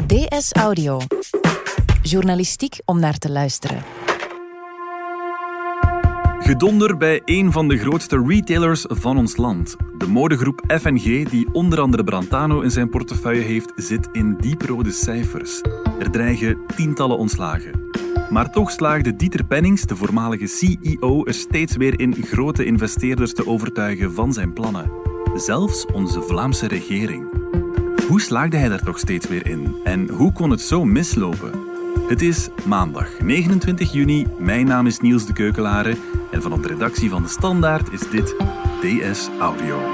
DS Audio. Journalistiek om naar te luisteren. Gedonder bij een van de grootste retailers van ons land. De modegroep F&G, die onder andere Brantano in zijn portefeuille heeft, zit in dieprode cijfers. Er dreigen tientallen ontslagen. Maar toch slaagde Dieter Pennings, de voormalige CEO, er steeds weer in grote investeerders te overtuigen van zijn plannen. Zelfs onze Vlaamse regering. Hoe slaagde hij daar toch steeds weer in? En hoe kon het zo mislopen? Het is maandag 29 juni. Mijn naam is Niels de Keukelare en vanaf de redactie van De Standaard is dit DS Audio.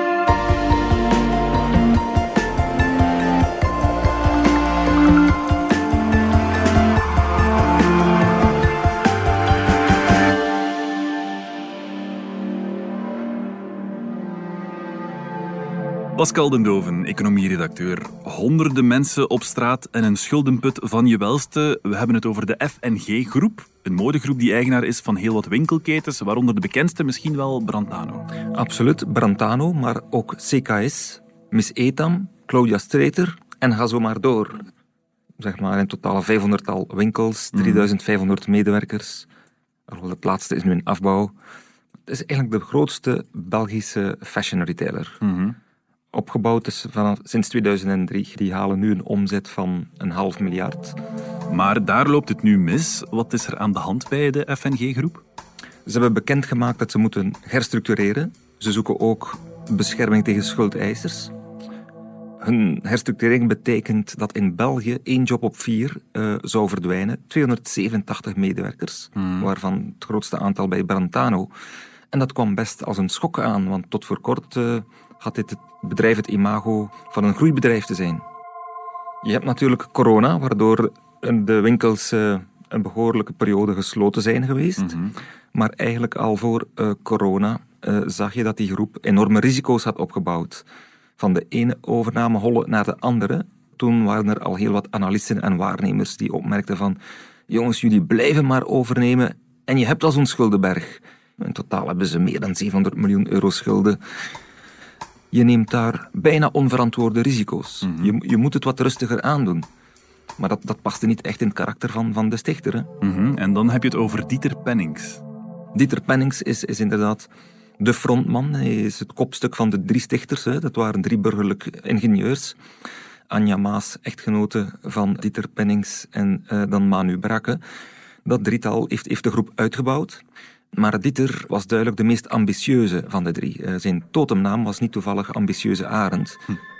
Pascal Den Doven, economieredacteur. Honderden mensen op straat en een schuldenput van je welste. We hebben het over de F&G-groep. Een modegroep die eigenaar is van heel wat winkelketens, waaronder de bekendste misschien wel Brantano. Absoluut, Brantano, maar ook CKS, Miss Etam, Claudia Streeter en ga zo maar door. Zeg maar in totaal 500-tal winkels, 3500 medewerkers. Het laatste is nu in afbouw. Het is eigenlijk de grootste Belgische fashion retailer. Opgebouwd is sinds 2003. Die halen nu een omzet van 500 miljoen. Maar daar loopt het nu mis. Wat is er aan de hand bij de F&G-groep? Ze hebben bekendgemaakt dat ze moeten herstructureren. Ze zoeken ook bescherming tegen schuldeisers. Hun herstructurering betekent dat in België 1 job op 4 zou verdwijnen. 287 medewerkers, waarvan het grootste aantal bij Brantano. En dat kwam best als een schok aan, want tot voor kort had dit bedrijf het imago van een groeibedrijf te zijn. Je hebt natuurlijk corona, waardoor de winkels een behoorlijke periode gesloten zijn geweest. Maar eigenlijk al voor corona zag je dat die groep enorme risico's had opgebouwd. Van de ene overnameholle naar de andere. Toen waren er al heel wat analisten en waarnemers die opmerkten van jongens, jullie blijven maar overnemen en je hebt al zo'n schuldenberg. In totaal hebben ze meer dan 700 miljoen euro schulden. Je neemt daar bijna onverantwoorde risico's. Je moet het wat rustiger aandoen. Maar dat paste niet echt in het karakter van de stichter. Hè? En dan heb je het over Dieter Pennings. Dieter Pennings is inderdaad de frontman. Hij is het kopstuk van de 3 stichters. Hè. Dat waren 3 burgerlijke ingenieurs. Anja Maas, echtgenote van Dieter Pennings, en dan Manu Brakke. Dat drietal heeft de groep uitgebouwd. Maar Dieter was duidelijk de meest ambitieuze van de 3. Zijn totemnaam was niet toevallig Ambitieuze Arend.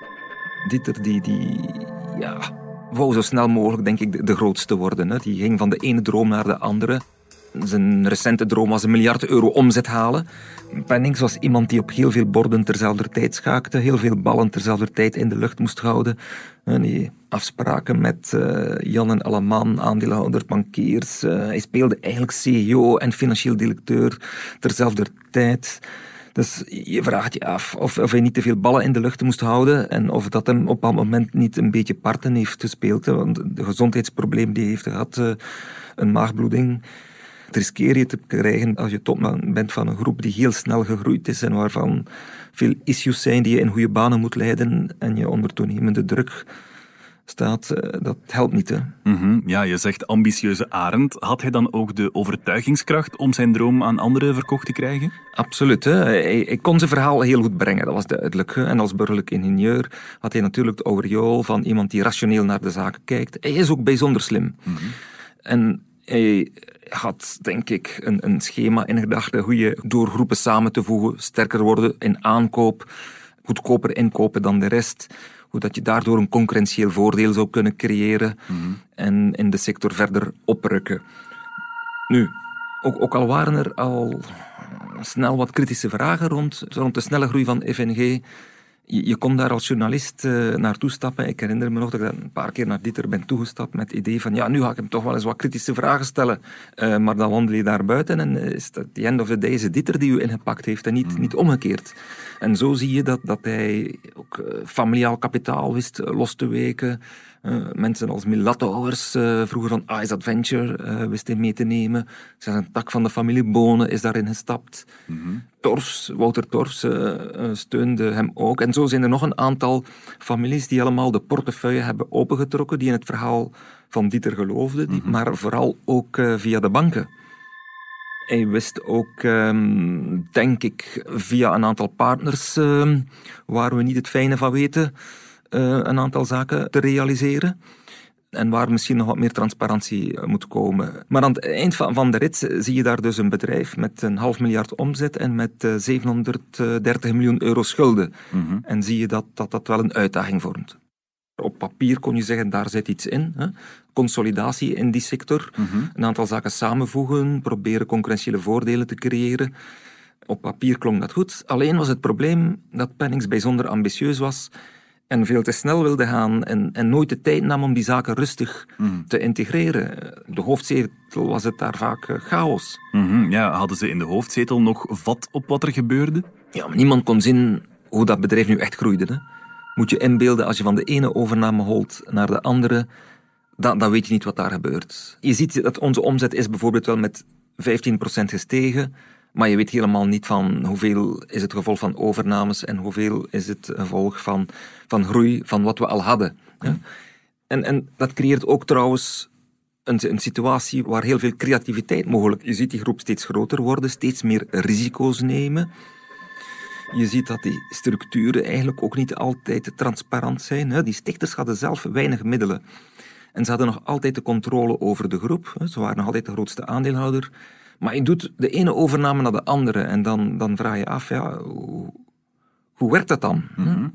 Dieter die wou zo snel mogelijk, denk ik, de grootste worden. Hè. Die ging van de ene droom naar de andere. Zijn recente droom was 1 miljard euro omzet halen. Pennings was iemand die op heel veel borden terzelfde tijd schaakte, heel veel ballen terzelfde tijd in de lucht moest houden. Die afspraken met Jan en Alleman, aandeelhouder, bankiers. Hij speelde eigenlijk CEO en financieel directeur terzelfde tijd. Dus je vraagt je af of hij niet te veel ballen in de lucht moest houden en of dat hem op dat moment niet een beetje parten heeft gespeeld. Want de gezondheidsprobleem die hij heeft gehad, een maagbloeding, riskeer je te krijgen als je topman bent van een groep die heel snel gegroeid is en waarvan veel issues zijn die je in goede banen moet leiden en je onder toenemende druk staat. Dat helpt niet, hè? Ja, je zegt ambitieuze Arend. Had hij dan ook de overtuigingskracht om zijn droom aan anderen verkocht te krijgen? Absoluut. Hè. Hij kon zijn verhaal heel goed brengen, dat was duidelijk. En als burgerlijk ingenieur had hij natuurlijk het aureool van iemand die rationeel naar de zaken kijkt. Hij is ook bijzonder slim. En hij had, denk ik, een schema in gedachten hoe je door groepen samen te voegen sterker worden in aankoop, goedkoper inkopen dan de rest, hoe dat je daardoor een concurrentieel voordeel zou kunnen creëren en in de sector verder oprukken. Nu, ook al waren er al snel wat kritische vragen rond de snelle groei van F&G. Je kon daar als journalist naartoe stappen. Ik herinner me nog dat ik een paar keer naar Dieter ben toegestapt met het idee van nu ga ik hem toch wel eens wat kritische vragen stellen. Maar dan wandel je daar buiten en is het the end of the day is het Dieter die u ingepakt heeft en niet omgekeerd. En zo zie je dat hij ook ook familiaal kapitaal wist los te weken. Mensen als Milathouwers, vroeger van Ice Adventure, wist hij mee te nemen. Zijn een tak van de familie Bonen is daarin gestapt. Wouter Torfs steunde hem ook. En zo zijn er nog een aantal families die allemaal de portefeuille hebben opengetrokken, die in het verhaal van Dieter geloofden, maar vooral ook via de banken. Hij wist ook, denk ik, via een aantal partners waar we niet het fijne van weten, een aantal zaken te realiseren. En waar misschien nog wat meer transparantie moet komen. Maar aan het eind van de rit zie je daar dus een bedrijf met 500 miljoen omzet en met 730 miljoen euro schulden. En zie je dat wel een uitdaging vormt. Op papier kon je zeggen, daar zit iets in. Hè? Consolidatie in die sector. Een aantal zaken samenvoegen, proberen concurrentiële voordelen te creëren. Op papier klonk dat goed. Alleen was het probleem dat Pennings bijzonder ambitieus was en veel te snel wilde gaan en nooit de tijd nam om die zaken rustig te integreren. De hoofdzetel was het daar vaak chaos. Ja, hadden ze in de hoofdzetel nog vat op wat er gebeurde? Ja, maar niemand kon zien hoe dat bedrijf nu echt groeide. Hè? Moet je inbeelden, als je van de ene overname holt naar de andere, dan weet je niet wat daar gebeurt. Je ziet dat onze omzet is bijvoorbeeld wel met 15% gestegen, maar je weet helemaal niet van hoeveel is het gevolg van overnames en hoeveel is het gevolg van groei van wat we al hadden. Ja? En dat creëert ook trouwens een situatie waar heel veel creativiteit mogelijk is. Je ziet die groep steeds groter worden, steeds meer risico's nemen. Je ziet dat die structuren eigenlijk ook niet altijd transparant zijn. Die stichters hadden zelf weinig middelen. En ze hadden nog altijd de controle over de groep. Ze waren nog altijd de grootste aandeelhouder. Maar je doet de ene overname naar de andere. En dan vraag je af, ja, hoe werkt dat dan?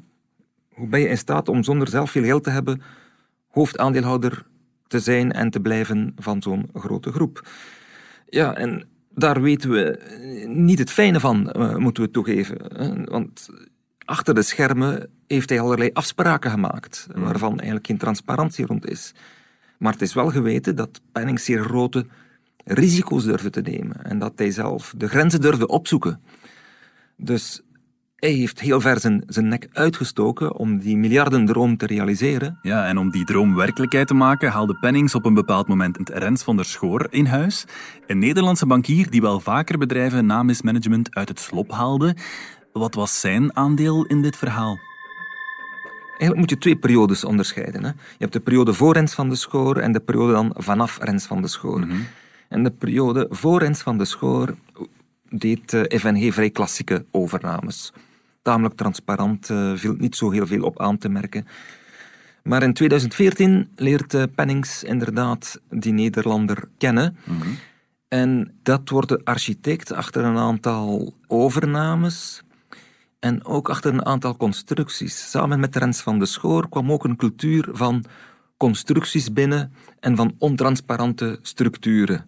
Hoe ben je in staat om zonder zelf veel geld te hebben hoofdaandeelhouder te zijn en te blijven van zo'n grote groep? Ja, en daar weten we niet het fijne van, moeten we toegeven. Want achter de schermen heeft hij allerlei afspraken gemaakt, waarvan eigenlijk geen transparantie rond is. Maar het is wel geweten dat Pennings zeer grote risico's durfde te nemen en dat hij zelf de grenzen durfde opzoeken. Dus hij heeft heel ver zijn nek uitgestoken om die miljardendroom te realiseren. Ja, en om die droom werkelijkheid te maken haalde Pennings op een bepaald moment Rens van der Schoor in huis. Een Nederlandse bankier die wel vaker bedrijven na mismanagement uit het slop haalde. Wat was zijn aandeel in dit verhaal? Eigenlijk moet je 2 periodes onderscheiden. Hè? Je hebt de periode voor Rens van der Schoor en de periode dan vanaf Rens van der Schoor. En de periode voor Rens van der Schoor deed FNG vrij klassieke overnames. Tamelijk transparant, viel niet zo heel veel op aan te merken. Maar in 2014 leert Pennings inderdaad die Nederlander kennen. En dat wordt de architect achter een aantal overnames en ook achter een aantal constructies. Samen met Rens van der Schoor kwam ook een cultuur van constructies binnen en van ontransparante structuren.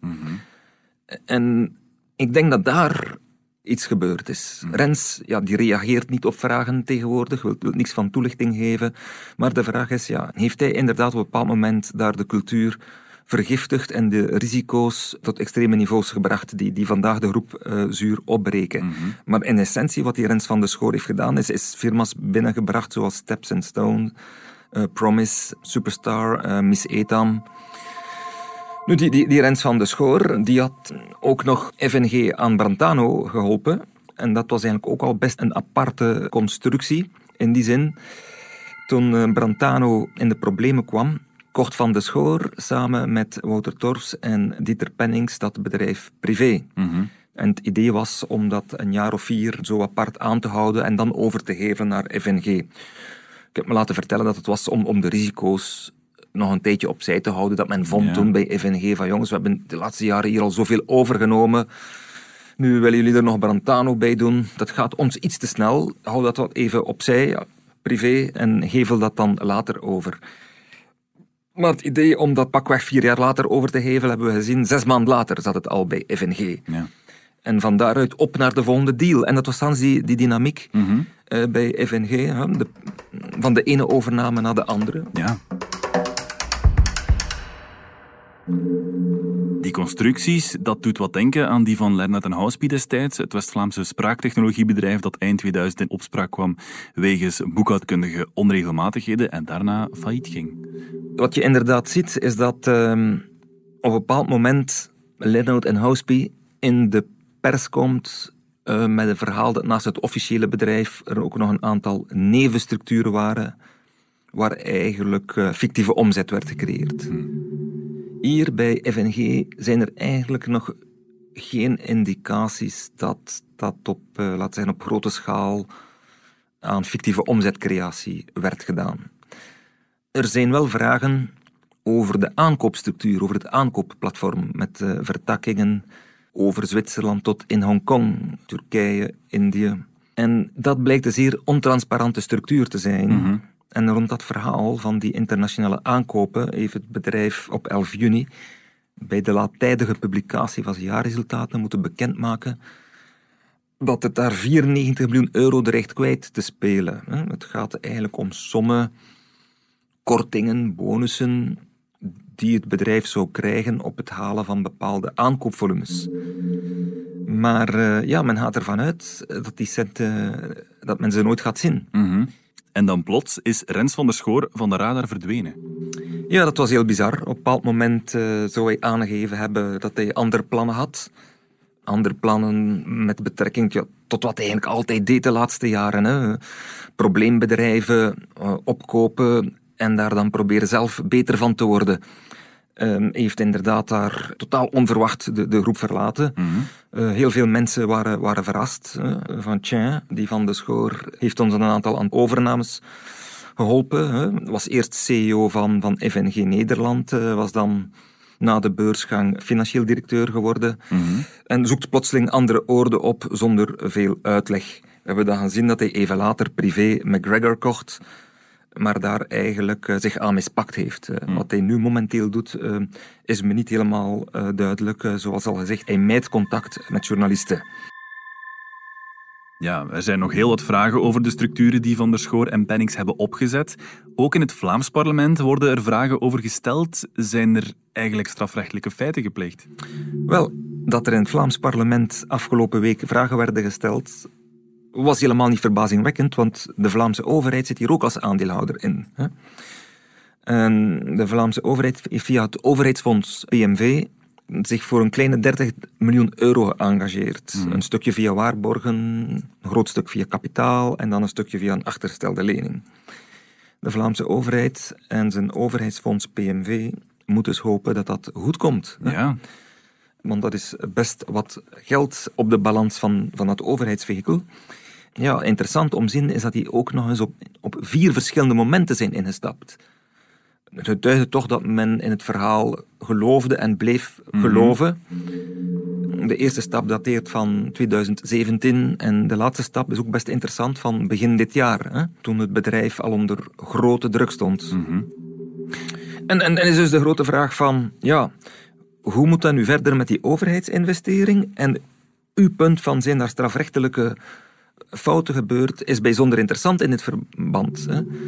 En ik denk dat daar iets gebeurd is. Rens, die reageert niet op vragen tegenwoordig, wil niks van toelichting geven. Maar de vraag is, heeft hij inderdaad op een bepaald moment daar de cultuur vergiftigd en de risico's tot extreme niveaus gebracht die vandaag de groep zuur opbreken. Maar in essentie, wat die Rens van der Schoor heeft gedaan, is firma's binnengebracht zoals Steps & Stone, Promise, Superstar, Miss Etam. Nu, die Rens van der Schoor, die had ook nog FNG aan Brantano geholpen. En dat was eigenlijk ook al best een aparte constructie. In die zin, toen Brantano in de problemen kwam, kocht Van der Schoor samen met Wouter Torfs en Dieter Pennings dat bedrijf privé. En het idee was om dat een jaar of 4 zo apart aan te houden en dan over te geven naar FNG. Ik heb me laten vertellen dat het was om de risico's nog een tijdje opzij te houden, dat men vond toen bij FNG van jongens, we hebben de laatste jaren hier al zoveel overgenomen. Nu willen jullie er nog Brantano bij doen. Dat gaat ons iets te snel. Hou dat wat even opzij, privé, en gevel dat dan later over. Maar het idee om dat pakweg 4 jaar later over te hevelen, hebben we gezien, 6 maanden later zat het al bij FNG. Ja. En van daaruit op naar de volgende deal. En dat was dan die dynamiek bij FNG, van de ene overname naar de andere. Ja. Die constructies, dat doet wat denken aan die van Lernet & Houspie destijds, het West-Vlaamse spraaktechnologiebedrijf dat eind 2000 in opspraak kwam wegens boekhoudkundige onregelmatigheden en daarna failliet ging. Wat je inderdaad ziet, is dat op een bepaald moment Lernet & Houspie in de pers komt met een verhaal dat naast het officiële bedrijf er ook nog een aantal nevenstructuren waren waar eigenlijk fictieve omzet werd gecreëerd. Hier bij FNG zijn er eigenlijk nog geen indicaties dat op, laten we zeggen, op grote schaal aan fictieve omzetcreatie werd gedaan. Er zijn wel vragen over de aankoopstructuur, over het aankoopplatform met vertakkingen over Zwitserland tot in Hongkong, Turkije, Indië. En dat blijkt een zeer ontransparante structuur te zijn. En rond dat verhaal van die internationale aankopen heeft het bedrijf op 11 juni bij de laattijdige publicatie van zijn jaarresultaten moeten bekendmaken dat het daar 94 miljoen euro dreigt kwijt te spelen. Het gaat eigenlijk om sommen, kortingen, bonussen die het bedrijf zou krijgen op het halen van bepaalde aankoopvolumes. Maar men gaat ervan uit dat die centen, dat men ze nooit gaat zien. En dan plots is Rens van der Schoor van de radar verdwenen. Ja, dat was heel bizar. Op een bepaald moment zou hij aangegeven hebben dat hij andere plannen had. Andere plannen met betrekking tot wat hij eigenlijk altijd deed de laatste jaren. Hè. Probleembedrijven opkopen en daar dan proberen zelf beter van te worden. Hij heeft inderdaad daar totaal onverwacht de groep verlaten. Heel veel mensen waren verrast. Van die Van der Schoor heeft ons een aantal aan overnames geholpen. Was eerst CEO van FNG Nederland, was dan na de beursgang financieel directeur geworden en zoekt plotseling andere oorden op zonder veel uitleg. We hebben dan gezien dat hij even later privé McGregor kocht, maar daar eigenlijk zich aan mispakt heeft. Wat hij nu momenteel doet, is me niet helemaal duidelijk. Zoals al gezegd, hij mijdt contact met journalisten. Ja, er zijn nog heel wat vragen over de structuren die Van der Schoor en Pennings hebben opgezet. Ook in het Vlaams parlement worden er vragen over gesteld. Zijn er eigenlijk strafrechtelijke feiten gepleegd? Wel, dat er in het Vlaams parlement afgelopen week vragen werden gesteld, was helemaal niet verbazingwekkend, want de Vlaamse overheid zit hier ook als aandeelhouder in. En de Vlaamse overheid heeft via het overheidsfonds PMV zich voor een kleine 30 miljoen euro geëngageerd. Een stukje via waarborgen, een groot stuk via kapitaal en dan een stukje via een achtergestelde lening. De Vlaamse overheid en zijn overheidsfonds PMV moeten dus hopen dat dat goed komt. Ja. Want dat is best wat geld op de balans van het overheidsvehikel. Ja, interessant om te zien is dat die ook nog eens op 4 verschillende momenten zijn ingestapt. Het getuigde toch dat men in het verhaal geloofde en bleef geloven. De eerste stap dateert van 2017 en de laatste stap is ook best interessant van begin dit jaar, toen het bedrijf al onder grote druk stond. En is dus de grote vraag van, ja, hoe moet dat nu verder met die overheidsinvestering? En uw punt van zijn daar strafrechtelijke fouten gebeurd is bijzonder interessant in dit verband.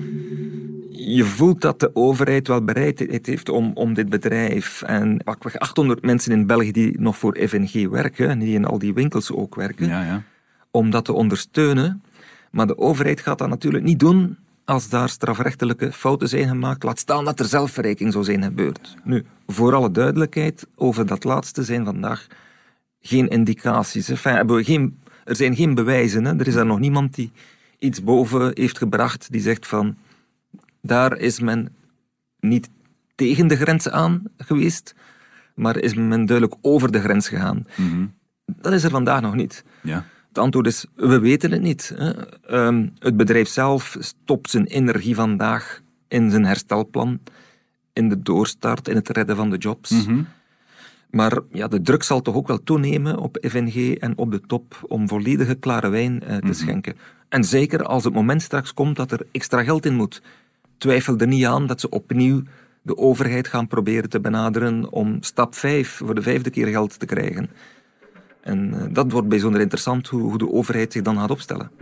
Je voelt dat de overheid wel bereid heeft om dit bedrijf en pakweg 800 mensen in België die nog voor FNG werken, die in al die winkels ook werken, om dat te ondersteunen. Maar de overheid gaat dat natuurlijk niet doen als daar strafrechtelijke fouten zijn gemaakt. Laat staan dat er zelfverrijking zou zijn gebeurd. Nu, voor alle duidelijkheid, over dat laatste zijn vandaag geen indicaties. Er zijn geen bewijzen. Er is daar nog niemand die iets boven heeft gebracht die zegt van, daar is men niet tegen de grens aan geweest, maar is men duidelijk over de grens gegaan. Dat is er vandaag nog niet. Ja. Het antwoord is, we weten het niet. Het bedrijf zelf stopt zijn energie vandaag in zijn herstelplan, in de doorstart, in het redden van de jobs. Maar ja, de druk zal toch ook wel toenemen op FNG en op de top om volledige klare wijn te schenken. En zeker als het moment straks komt dat er extra geld in moet. Twijfel er niet aan dat ze opnieuw de overheid gaan proberen te benaderen om stap 5 voor de 5e keer geld te krijgen. En dat wordt bijzonder interessant hoe de overheid zich dan gaat opstellen.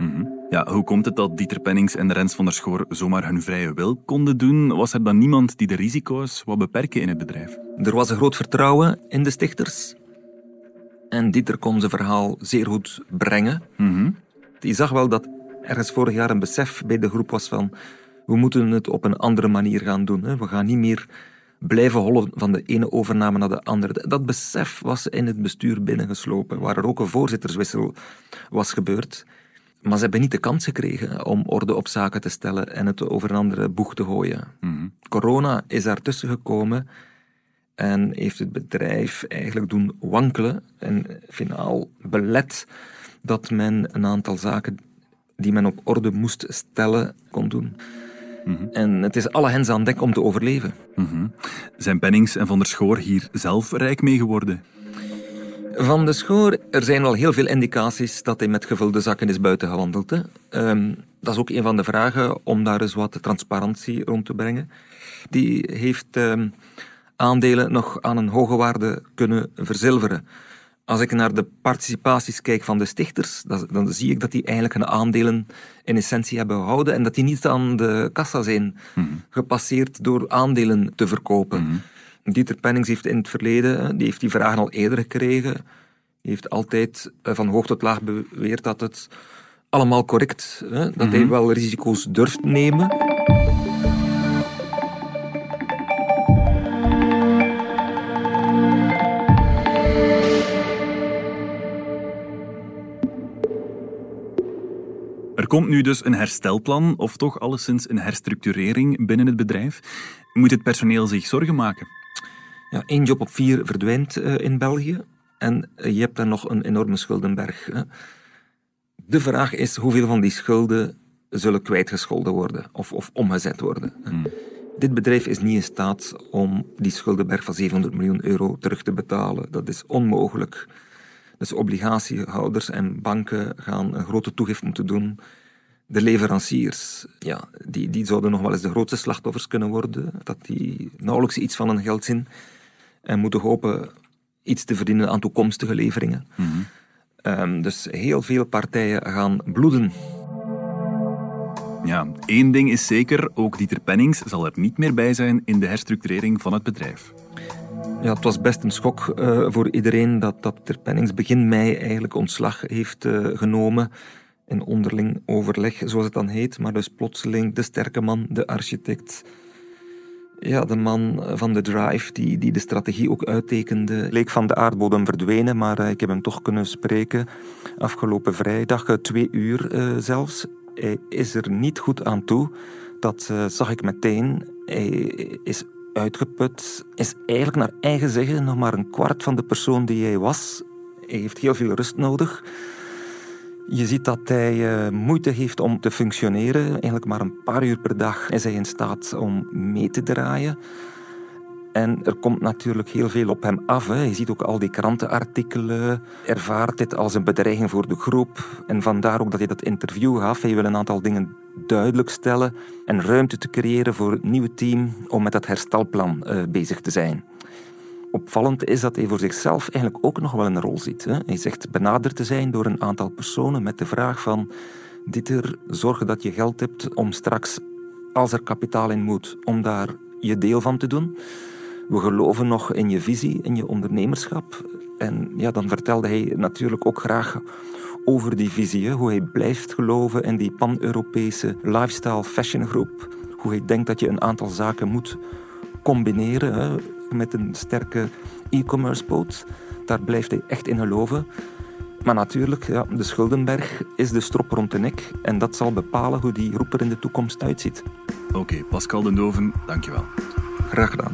Ja, hoe komt het dat Dieter Pennings en Rens van der Schoor zomaar hun vrije wil konden doen? Was er dan niemand die de risico's wou beperken in het bedrijf? Er was een groot vertrouwen in de stichters. En Dieter kon zijn verhaal zeer goed brengen. Die zag wel dat ergens vorig jaar een besef bij de groep was van we moeten het op een andere manier gaan doen. We gaan niet meer blijven hollen van de ene overname naar de andere. Dat besef was in het bestuur binnengeslopen, waar er ook een voorzitterswissel was gebeurd. Maar ze hebben niet de kans gekregen om orde op zaken te stellen en het over een andere boeg te gooien. Corona is daartussen gekomen en heeft het bedrijf eigenlijk doen wankelen en finaal belet dat men een aantal zaken die men op orde moest stellen kon doen. En het is alle hens aan dek om te overleven. Zijn Pennings en Van der Schoor hier zelf rijk mee geworden? Van der Schoor, er zijn al heel veel indicaties dat hij met gevulde zakken is buitengewandeld. Hè. Dat is ook een van de vragen om daar eens wat transparantie rond te brengen. Die heeft aandelen nog aan een hoge waarde kunnen verzilveren. Als ik naar de participaties kijk van de stichters, dan zie ik dat die eigenlijk hun aandelen in essentie hebben gehouden en dat die niet aan de kassa zijn gepasseerd door aandelen te verkopen. Dieter Pennings heeft in het verleden, die heeft die vragen al eerder gekregen, die heeft altijd van hoog tot laag beweerd dat het allemaal correct, dat hij wel risico's durft nemen. Er komt nu dus een herstelplan, of toch alleszins een herstructurering binnen het bedrijf. Moet het personeel zich zorgen maken? Ja, 1 job op 4 verdwijnt in België. En je hebt daar nog een enorme schuldenberg. Hè. De vraag is hoeveel van die schulden zullen kwijtgescholden worden of omgezet worden. Dit bedrijf is niet in staat om die schuldenberg van 700 miljoen euro terug te betalen. Dat is onmogelijk. Dus obligatiehouders en banken gaan een grote toegift moeten doen. De leveranciers, ja, die zouden nog wel eens de grootste slachtoffers kunnen worden. Dat die nauwelijks iets van hun geld zien. En moeten hopen iets te verdienen aan toekomstige leveringen. Dus heel veel partijen gaan bloeden. Ja, 1 ding is zeker, ook Dieter Pennings zal er niet meer bij zijn in de herstructurering van het bedrijf. Ja, het was best een schok voor iedereen dat Dieter Pennings begin mei eigenlijk ontslag heeft genomen. In onderling overleg, zoals het dan heet. Maar dus plotseling de sterke man, de architect. Ja, de man van de drive die de strategie ook uittekende. Leek van de aardbodem verdwenen, maar ik heb hem toch kunnen spreken. Afgelopen vrijdag, 2 uur zelfs. Hij is er niet goed aan toe. Dat zag ik meteen. Hij is uitgeput. Is eigenlijk naar eigen zeggen nog maar een kwart van de persoon die hij was. Hij heeft heel veel rust nodig. Je ziet dat hij moeite heeft om te functioneren. Eigenlijk maar een paar uur per dag is hij in staat om mee te draaien. En er komt natuurlijk heel veel op hem af. Hè. Je ziet ook al die krantenartikelen. Ervaart dit als een bedreiging voor de groep. En vandaar ook dat hij dat interview gaf. Hij wil een aantal dingen duidelijk stellen en ruimte te creëren voor het nieuwe team om met dat herstelplan bezig te zijn. Opvallend is dat hij voor zichzelf eigenlijk ook nog wel een rol ziet. Hè. Hij zegt benaderd te zijn door een aantal personen met de vraag van Dieter, zorg dat je geld hebt om straks, als er kapitaal in moet, om daar je deel van te doen. We geloven nog in je visie, in je ondernemerschap. En ja, dan vertelde hij natuurlijk ook graag over die visie. Hè. Hoe hij blijft geloven in die pan-Europese lifestyle fashion groep. Hoe hij denkt dat je een aantal zaken moet combineren, hè, met een sterke e-commerce poot. Daar blijft hij echt in geloven. Maar natuurlijk, ja, de schuldenberg is de strop rond de nek. En dat zal bepalen hoe die groep er in de toekomst uitziet. Oké, Pascal Den Doven, dankjewel. Graag gedaan.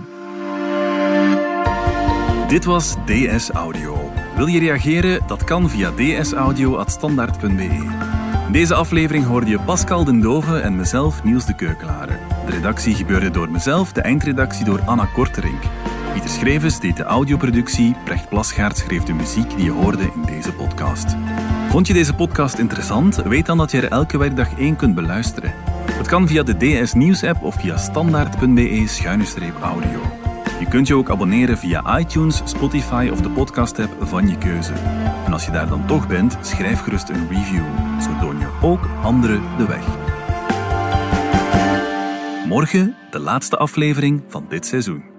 Dit was DS Audio. Wil je reageren? Dat kan via dsaudio@standaard.be. In deze aflevering hoorde je Pascal Den Doven en mezelf, Niels de Keukelare. De redactie gebeurde door mezelf, de eindredactie door Anna Korterink. Pieter Schrevens deed de audioproductie, Brecht Plasgaard schreef de muziek die je hoorde in deze podcast. Vond je deze podcast interessant? Weet dan dat je er elke werkdag 1 kunt beluisteren. Het kan via de DS Nieuws app of via standaard.be/audio. Je kunt je ook abonneren via iTunes, Spotify of de podcast-app van je keuze. En als je daar dan toch bent, schrijf gerust een review. Zo toon je ook anderen de weg. Morgen de laatste aflevering van dit seizoen.